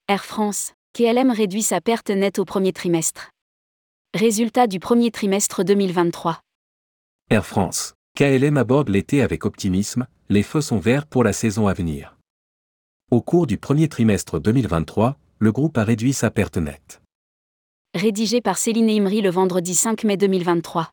Air France, KLM réduit sa perte nette au premier trimestre. Résultat du premier trimestre 2023. Air France, KLM aborde l'été avec optimisme, les feux sont verts pour la saison à venir. Au cours du premier trimestre 2023, le groupe a réduit sa perte nette. Rédigé par Céline Imri le vendredi 5 mai 2023.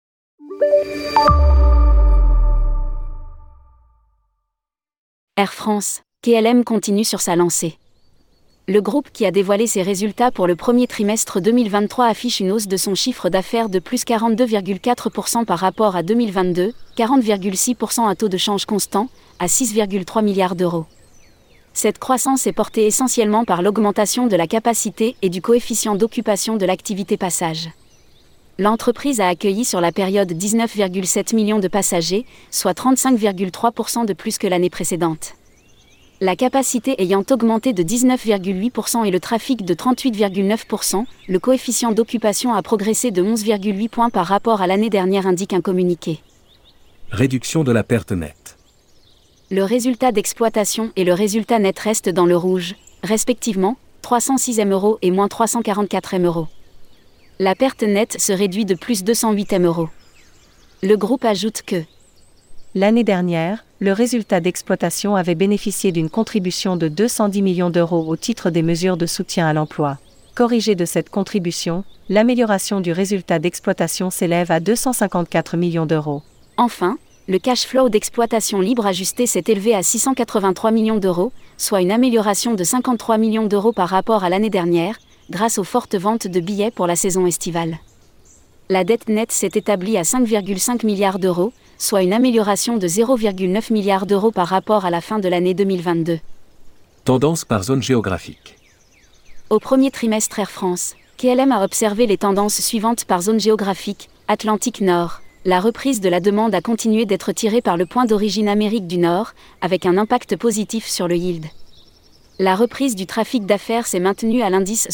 Air France, KLM continue sur sa lancée. Le groupe qui a dévoilé ses résultats pour le premier trimestre 2023 affiche une hausse de son chiffre d'affaires de plus 42,4% par rapport à 2022, 40,6% à taux de change constant, à 6,3 milliards d'euros. Cette croissance est portée essentiellement par l'augmentation de la capacité et du coefficient d'occupation de l'activité passage. L'entreprise a accueilli sur la période 19,7 millions de passagers, soit 35,3% de plus que l'année précédente. La capacité ayant augmenté de 19,8% et le trafic de 38,9%, le coefficient d'occupation a progressé de 11,8 points par rapport à l'année dernière, indique un communiqué. Réduction de la perte nette. Le résultat d'exploitation et le résultat net restent dans le rouge, respectivement, 306 € et moins 344 €. La perte nette se réduit de plus 208 €. Le groupe ajoute que l'année dernière, le résultat d'exploitation avait bénéficié d'une contribution de 210 millions d'euros au titre des mesures de soutien à l'emploi. Corrigé de cette contribution, l'amélioration du résultat d'exploitation s'élève à 254 millions d'euros. Enfin, le cash flow d'exploitation libre ajusté s'est élevé à 683 millions d'euros, soit une amélioration de 53 millions d'euros par rapport à l'année dernière, grâce aux fortes ventes de billets pour la saison estivale. La dette nette s'est établie à 5,5 milliards d'euros, soit une amélioration de 0,9 milliards d'euros par rapport à la fin de l'année 2022. Tendance par zone géographique. Au premier trimestre Air France, KLM a observé les tendances suivantes par zone géographique. Atlantique Nord. La reprise de la demande a continué d'être tirée par le point d'origine Amérique du Nord, avec un impact positif sur le yield. La reprise du trafic d'affaires s'est maintenue à l'indice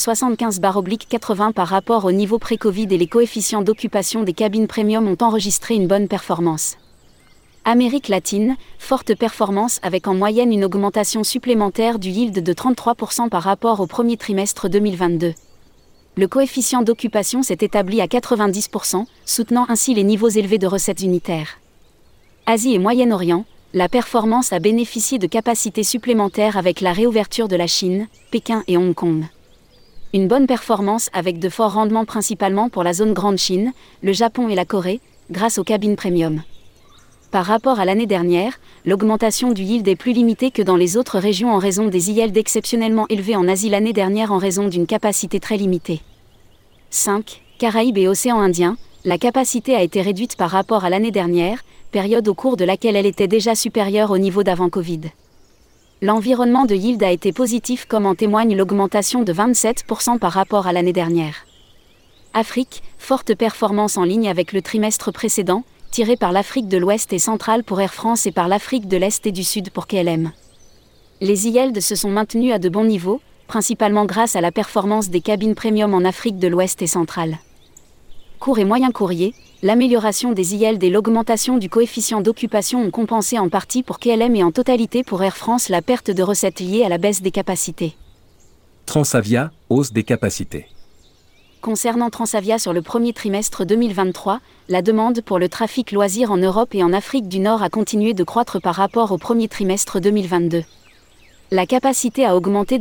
75/80 par rapport au niveau pré-Covid et les coefficients d'occupation des cabines premium ont enregistré une bonne performance. Amérique latine, forte performance avec en moyenne une augmentation supplémentaire du yield de 33% par rapport au premier trimestre 2022. Le coefficient d'occupation s'est établi à 90%, soutenant ainsi les niveaux élevés de recettes unitaires. Asie et Moyen-Orient, la performance a bénéficié de capacités supplémentaires avec la réouverture de la Chine, Pékin et Hong Kong. Une bonne performance avec de forts rendements principalement pour la zone Grande Chine, le Japon et la Corée, grâce aux cabines premium. Par rapport à l'année dernière, l'augmentation du yield est plus limitée que dans les autres régions en raison des yields exceptionnellement élevés en Asie l'année dernière en raison d'une capacité très limitée. 5. Caraïbes et Océan Indien, la capacité a été réduite par rapport à l'année dernière, période au cours de laquelle elle était déjà supérieure au niveau d'avant Covid. L'environnement de yield a été positif comme en témoigne l'augmentation de 27% par rapport à l'année dernière. Afrique, forte performance en ligne avec le trimestre précédent, tirée par l'Afrique de l'Ouest et centrale pour Air France et par l'Afrique de l'Est et du Sud pour KLM. Les yields se sont maintenus à de bons niveaux, principalement grâce à la performance des cabines premium en Afrique de l'Ouest et centrale. Court et moyen courrier, l'amélioration des yields et l'augmentation du coefficient d'occupation ont compensé en partie pour KLM et en totalité pour Air France la perte de recettes liée à la baisse des capacités. Transavia, hausse des capacités. Concernant Transavia sur le premier trimestre 2023, la demande pour le trafic loisir en Europe et en Afrique du Nord a continué de croître par rapport au premier trimestre 2022. La capacité a augmenté de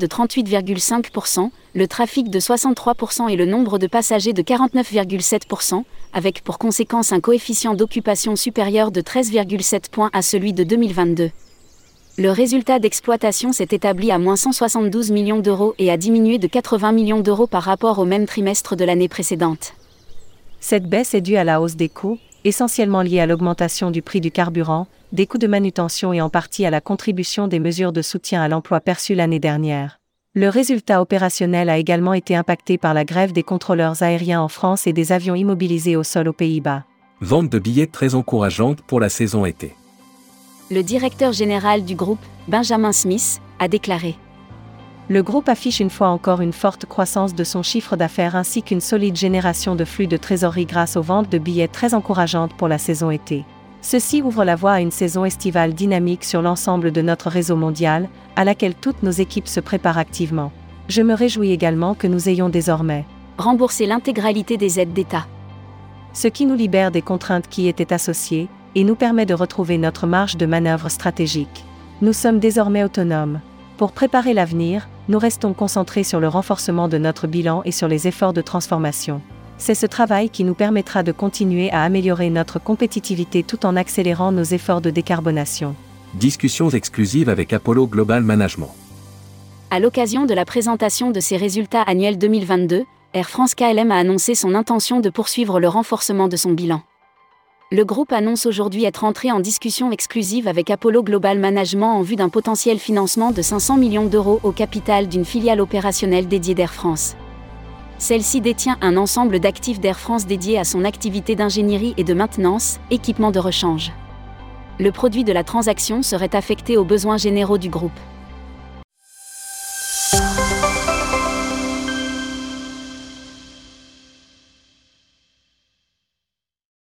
38,5%, le trafic de 63% et le nombre de passagers de 49,7%, avec pour conséquence un coefficient d'occupation supérieur de 13,7 points à celui de 2022. Le résultat d'exploitation s'est établi à moins 172 millions d'euros et a diminué de 80 millions d'euros par rapport au même trimestre de l'année précédente. Cette baisse est due à la hausse des coûts, essentiellement liée à l'augmentation du prix du carburant, des coûts de manutention et en partie à la contribution des mesures de soutien à l'emploi perçues l'année dernière. Le résultat opérationnel a également été impacté par la grève des contrôleurs aériens en France et des avions immobilisés au sol aux Pays-Bas. Vente de billets très encourageante pour la saison été. Le directeur général du groupe, Benjamin Smith, a déclaré : Le groupe affiche une fois encore une forte croissance de son chiffre d'affaires ainsi qu'une solide génération de flux de trésorerie grâce aux ventes de billets très encourageantes pour la saison été. Ceci ouvre la voie à une saison estivale dynamique sur l'ensemble de notre réseau mondial, à laquelle toutes nos équipes se préparent activement. Je me réjouis également que nous ayons désormais remboursé l'intégralité des aides d'État, ce qui nous libère des contraintes qui y étaient associées, et nous permet de retrouver notre marge de manœuvre stratégique. Nous sommes désormais autonomes. Pour préparer l'avenir, nous restons concentrés sur le renforcement de notre bilan et sur les efforts de transformation. C'est ce travail qui nous permettra de continuer à améliorer notre compétitivité tout en accélérant nos efforts de décarbonation. Discussions exclusives avec Apollo Global Management. à l'occasion de la présentation de ses résultats annuels 2022, Air France-KLM a annoncé son intention de poursuivre le renforcement de son bilan. Le groupe annonce aujourd'hui être entré en discussion exclusive avec Apollo Global Management en vue d'un potentiel financement de 500 millions d'euros au capital d'une filiale opérationnelle dédiée d'Air France. Celle-ci détient un ensemble d'actifs d'Air France dédiés à son activité d'ingénierie et de maintenance, équipement de rechange. Le produit de la transaction serait affecté aux besoins généraux du groupe.